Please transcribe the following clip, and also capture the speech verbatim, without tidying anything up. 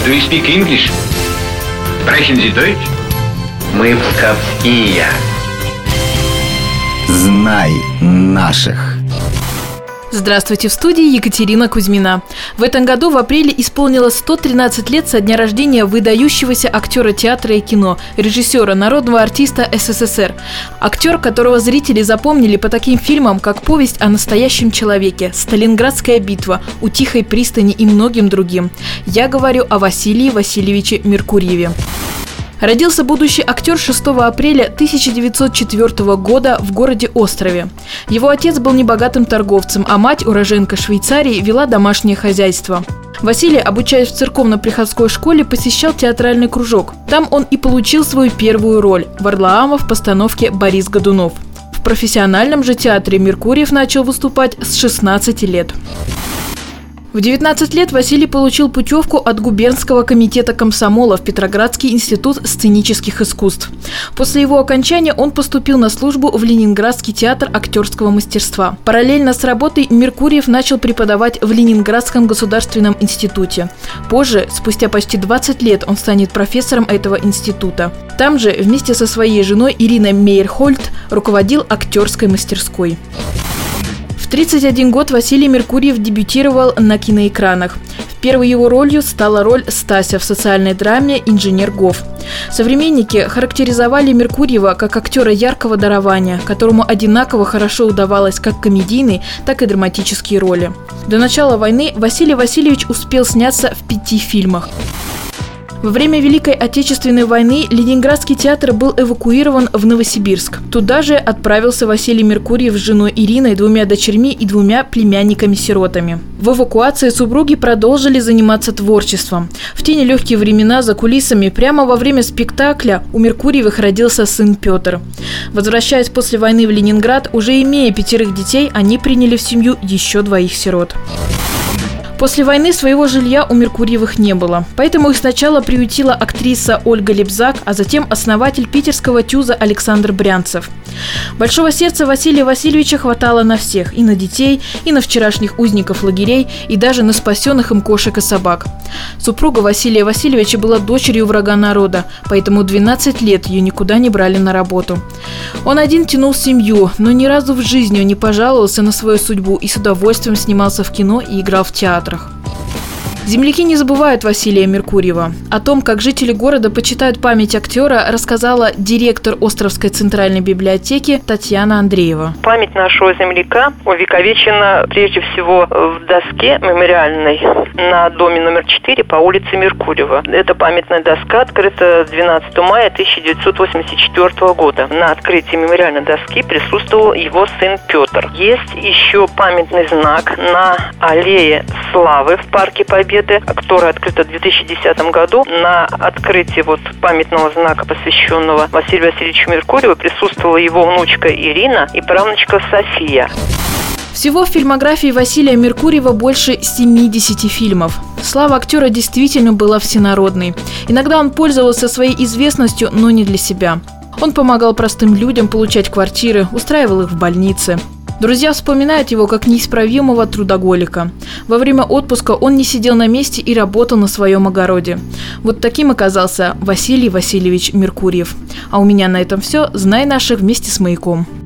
Do you speak English? Sprechen Sie Deutsch? Мы псковские. Знай наших. Здравствуйте, в студии Екатерина Кузьмина. В этом году в апреле исполнилось сто тринадцать лет со дня рождения выдающегося актера театра и кино, режиссера, народного артиста СССР. Актер, которого зрители запомнили по таким фильмам, как «Повесть о настоящем человеке», «Сталинградская битва», «У тихой пристани» и многим другим. Я говорю о Василии Васильевиче Меркурьеве. Родился будущий актер шестого апреля тысяча девятьсот четвёртого года в городе Острове. Его отец был небогатым торговцем, а мать, уроженка Швейцарии, вела домашнее хозяйство. Василий, обучаясь в церковно-приходской школе, посещал театральный кружок. Там он и получил свою первую роль – Варлаама в постановке «Борис Годунов». В профессиональном же театре Меркурьев начал выступать с шестнадцати лет. В девятнадцать лет Василий получил путевку от губернского комитета комсомола в Петроградский институт сценических искусств. После его окончания он поступил на службу в Ленинградский театр актерского мастерства. Параллельно с работой Меркурьев начал преподавать в Ленинградском государственном институте. Позже, спустя почти двадцать лет, он станет профессором этого института. Там же вместе со своей женой Ириной Мейерхольд руководил актерской мастерской. В тридцать один год Василий Меркурьев дебютировал на киноэкранах. Первой его ролью стала роль Стася в социальной драме «Инженер Гоф». Современники характеризовали Меркурьева как актера яркого дарования, которому одинаково хорошо удавалось как комедийные, так и драматические роли. До начала войны Василий Васильевич успел сняться в пяти фильмах. Во время Великой Отечественной войны Ленинградский театр был эвакуирован в Новосибирск. Туда же отправился Василий Меркурьев с женой Ириной, двумя дочерьми и двумя племянниками-сиротами. В эвакуации супруги продолжили заниматься творчеством. В те нелегкие времена за кулисами прямо во время спектакля у Меркурьевых родился сын Петр. Возвращаясь после войны в Ленинград, уже имея пятерых детей, они приняли в семью еще двоих сирот. После войны своего жилья у Меркурьевых не было, поэтому их сначала приютила актриса Ольга Лебзак, а затем основатель питерского ТЮЗа Александр Брянцев. Большого сердца Василия Васильевича хватало на всех – и на детей, и на вчерашних узников лагерей, и даже на спасенных им кошек и собак. Супруга Василия Васильевича была дочерью врага народа, поэтому двенадцать лет ее никуда не брали на работу. Он один тянул семью, но ни разу в жизни он не пожаловался на свою судьбу и с удовольствием снимался в кино и играл в театр. Земляки не забывают Василия Меркурьева. О том, как жители города почитают память актера, рассказала директор Островской центральной библиотеки Татьяна Андреева. Память нашего земляка увековечена прежде всего в доске мемориальной на доме номер четыре по улице Меркурьева. Эта памятная доска открыта двенадцатого мая тысяча девятьсот восемьдесят четвёртого года. На открытии мемориальной доски присутствовал его сын Петр. Есть еще памятный знак на аллее Славы в парке Победы, которая открыта в две тысячи десятом году. На открытии вот памятного знака, посвященного Василию Васильевичу Меркурьеву, присутствовала его внучка Ирина и правнучка София. Всего в фильмографии Василия Меркурьева больше семидесяти фильмов. Слава актера действительно была всенародной. Иногда он пользовался своей известностью, но не для себя. Он помогал простым людям получать квартиры, устраивал их в больнице. Друзья вспоминают его как неисправимого трудоголика. Во время отпуска он не сидел на месте и работал на своем огороде. Вот таким оказался Василий Васильевич Меркурьев. А у меня на этом все. Знай наших вместе с «Маяком».